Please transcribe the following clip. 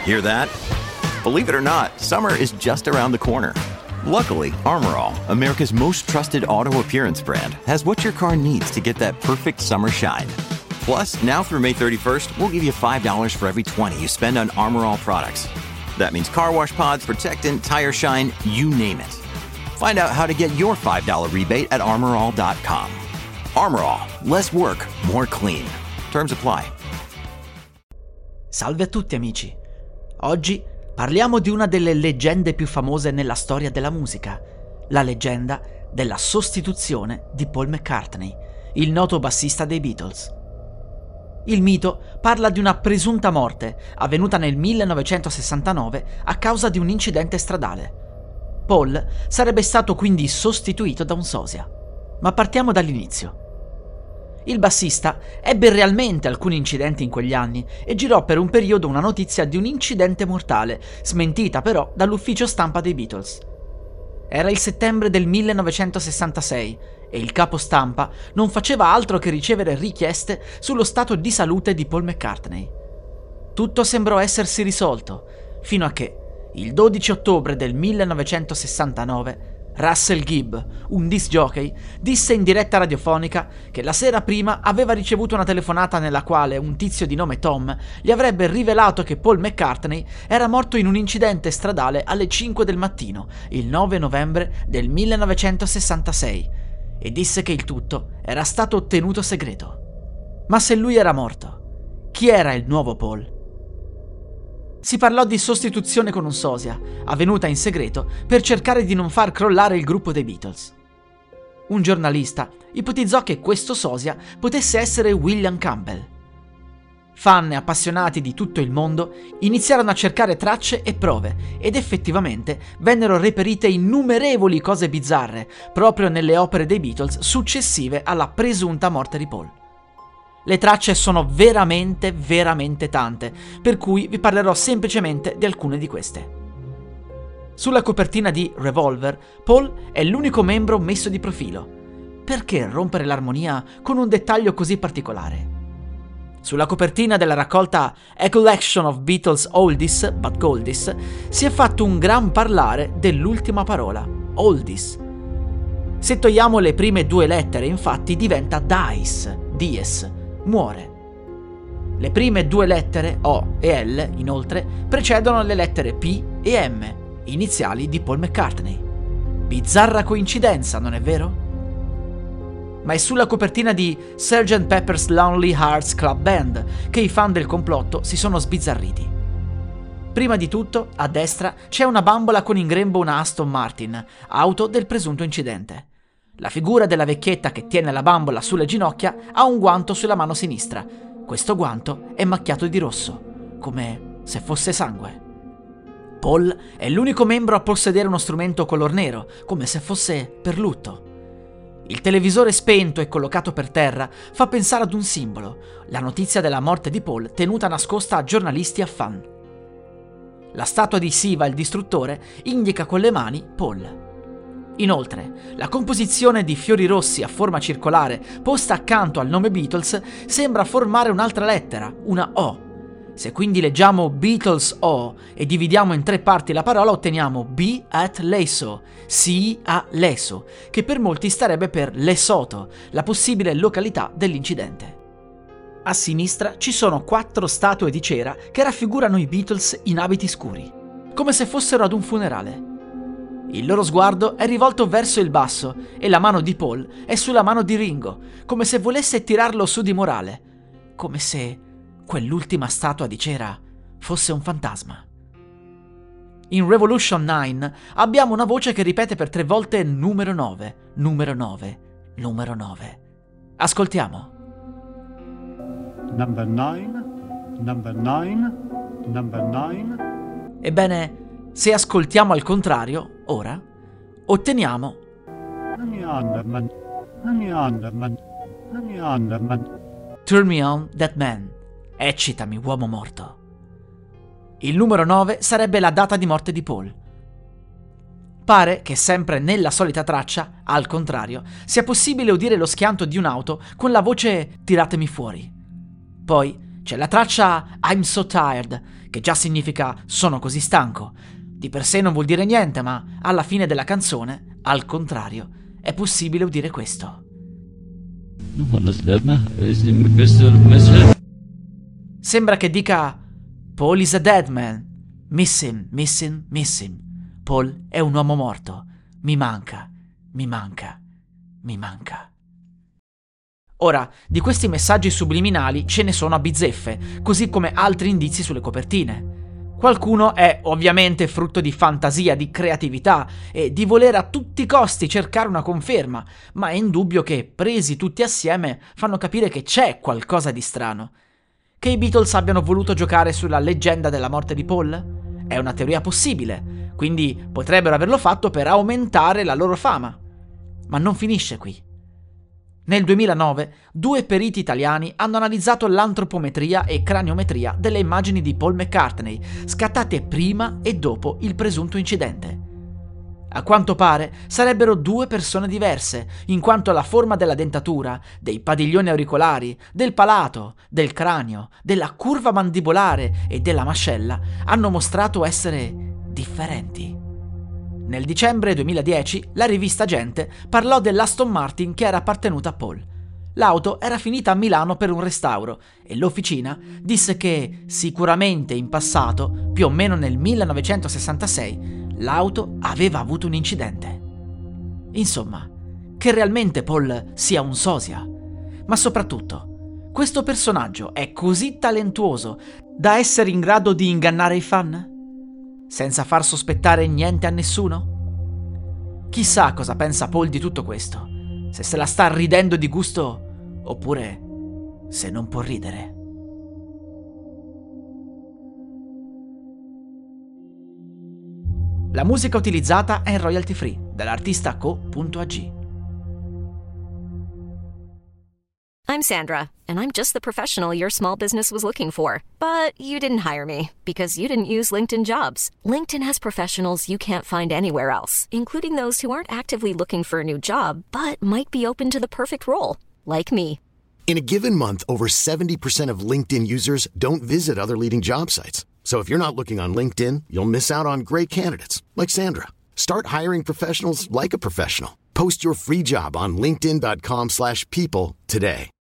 Hear that? Believe it or not, summer is just around the corner. Luckily, Armor All, America's most trusted auto appearance brand, has what your car needs to get that perfect summer shine. Plus, now through May 31st, we'll give you $5 for every $20 you spend on Armor All products. That means car wash pods, protectant, tire shine, you name it. Find out how to get your $5 rebate at armorall.com. Armor All, less work, more clean. Terms apply. Salve a tutti amici. Oggi parliamo di una delle leggende più famose nella storia della musica, la leggenda della sostituzione di Paul McCartney, il noto bassista dei Beatles. Il mito parla di una presunta morte avvenuta nel 1969 a causa di un incidente stradale. Paul sarebbe stato quindi sostituito da un sosia. Ma partiamo dall'inizio. Il bassista ebbe realmente alcuni incidenti in quegli anni e girò per un periodo una notizia di un incidente mortale, smentita però dall'ufficio stampa dei Beatles. Era il settembre del 1966 e il capo stampa non faceva altro che ricevere richieste sullo stato di salute di Paul McCartney. Tutto sembrò essersi risolto, fino a che, il 12 ottobre del 1969, Russell Gibb, un disc jockey, disse in diretta radiofonica che la sera prima aveva ricevuto una telefonata nella quale un tizio di nome Tom gli avrebbe rivelato che Paul McCartney era morto in un incidente stradale alle 5 del mattino, il 9 novembre del 1966, e disse che il tutto era stato ottenuto segreto. Ma se lui era morto, chi era il nuovo Paul? Si parlò di sostituzione con un sosia, avvenuta in segreto per cercare di non far crollare il gruppo dei Beatles. Un giornalista ipotizzò che questo sosia potesse essere William Campbell. Fan e appassionati di tutto il mondo iniziarono a cercare tracce e prove ed effettivamente vennero reperite innumerevoli cose bizzarre proprio nelle opere dei Beatles successive alla presunta morte di Paul. Le tracce sono veramente tante, per cui vi parlerò semplicemente di alcune di queste. Sulla copertina di Revolver, Paul è l'unico membro messo di profilo. Perché rompere l'armonia con un dettaglio così particolare? Sulla copertina della raccolta A Collection of Beatles Oldies but Goldies si è fatto un gran parlare dell'ultima parola, Oldies. Se togliamo le prime due lettere, infatti, diventa dies, muore. Le prime due lettere, O e L, inoltre, precedono le lettere P e M, iniziali di Paul McCartney. Bizzarra coincidenza, non è vero? Ma è sulla copertina di Sgt. Pepper's Lonely Hearts Club Band che i fan del complotto si sono sbizzarriti. Prima di tutto, a destra c'è una bambola con in grembo una Aston Martin, auto del presunto incidente. La figura della vecchietta che tiene la bambola sulle ginocchia ha un guanto sulla mano sinistra. Questo guanto è macchiato di rosso, come se fosse sangue. Paul è l'unico membro a possedere uno strumento color nero, come se fosse per lutto. Il televisore spento e collocato per terra fa pensare ad un simbolo, la notizia della morte di Paul tenuta nascosta a giornalisti e a fan. La statua di Siva, il distruttore, indica con le mani Paul. Inoltre, la composizione di fiori rossi a forma circolare posta accanto al nome Beatles sembra formare un'altra lettera, una O. Se quindi leggiamo Beatles O e dividiamo in tre parti la parola, otteniamo B at Leso, sì a Leso, che per molti starebbe per Lesotho, la possibile località dell'incidente. A sinistra ci sono 4 statue di cera che raffigurano i Beatles in abiti scuri, come se fossero ad un funerale. Il loro sguardo è rivolto verso il basso e la mano di Paul è sulla mano di Ringo, come se volesse tirarlo su di morale, come se quell'ultima statua di cera fosse un fantasma. In Revolution 9 abbiamo una voce che ripete per 3 volte numero 9, numero 9, numero 9. Ascoltiamo. Number 9, number 9, number 9. Ebbene, se ascoltiamo al contrario, ora, otteniamo Turn Me On, That Man. Eccitami, uomo morto. Il numero 9 sarebbe la data di morte di Paul. Pare che sempre nella solita traccia, al contrario, sia possibile udire lo schianto di un'auto con la voce "tiratemi fuori". Poi C'è la traccia I'm So Tired, che già significa sono così stanco. Di per sé non vuol dire niente, ma alla fine della canzone, al contrario, è possibile udire questo. Sembra che dica Paul is a dead man. Miss him, miss him, miss him. Paul è un uomo morto. Mi manca, mi manca, mi manca. Ora, di questi messaggi subliminali ce ne sono a bizzeffe, così come altri indizi sulle copertine. Qualcuno è ovviamente frutto di fantasia, di creatività e di voler a tutti i costi cercare una conferma, ma è indubbio che, presi tutti assieme, fanno capire che c'è qualcosa di strano. Che i Beatles abbiano voluto giocare sulla leggenda della morte di Paul? È una teoria possibile, quindi potrebbero averlo fatto per aumentare la loro fama. Ma non finisce qui. Nel 2009, 2 periti italiani hanno analizzato l'antropometria e craniometria delle immagini di Paul McCartney, scattate prima e dopo il presunto incidente. A quanto pare sarebbero 2 persone diverse, in quanto la forma della dentatura, dei padiglioni auricolari, del palato, del cranio, della curva mandibolare e della mascella hanno mostrato essere differenti. Nel dicembre 2010 la rivista Gente parlò dell'Aston Martin che era appartenuta a Paul. L'auto era finita a Milano per un restauro e l'officina disse che sicuramente in passato, più o meno nel 1966, l'auto aveva avuto un incidente. Insomma, che realmente Paul sia un sosia. Ma soprattutto, questo personaggio è così talentuoso da essere in grado di ingannare i fan? Senza far sospettare niente a nessuno? Chissà cosa pensa Paul di tutto questo, se la sta ridendo di gusto oppure se non può ridere. La musica utilizzata è in royalty free dall'artista co.ag. I'm Sandra, and I'm just the professional your small business was looking for. But you didn't hire me because you didn't use LinkedIn Jobs. LinkedIn has professionals you can't find anywhere else, including those who aren't actively looking for a new job, but might be open to the perfect role, like me. In a given month, over 70% of LinkedIn users don't visit other leading job sites. So if you're not looking on LinkedIn, you'll miss out on great candidates like Sandra. Start hiring professionals like a professional. Post your free job on linkedin.com/people today.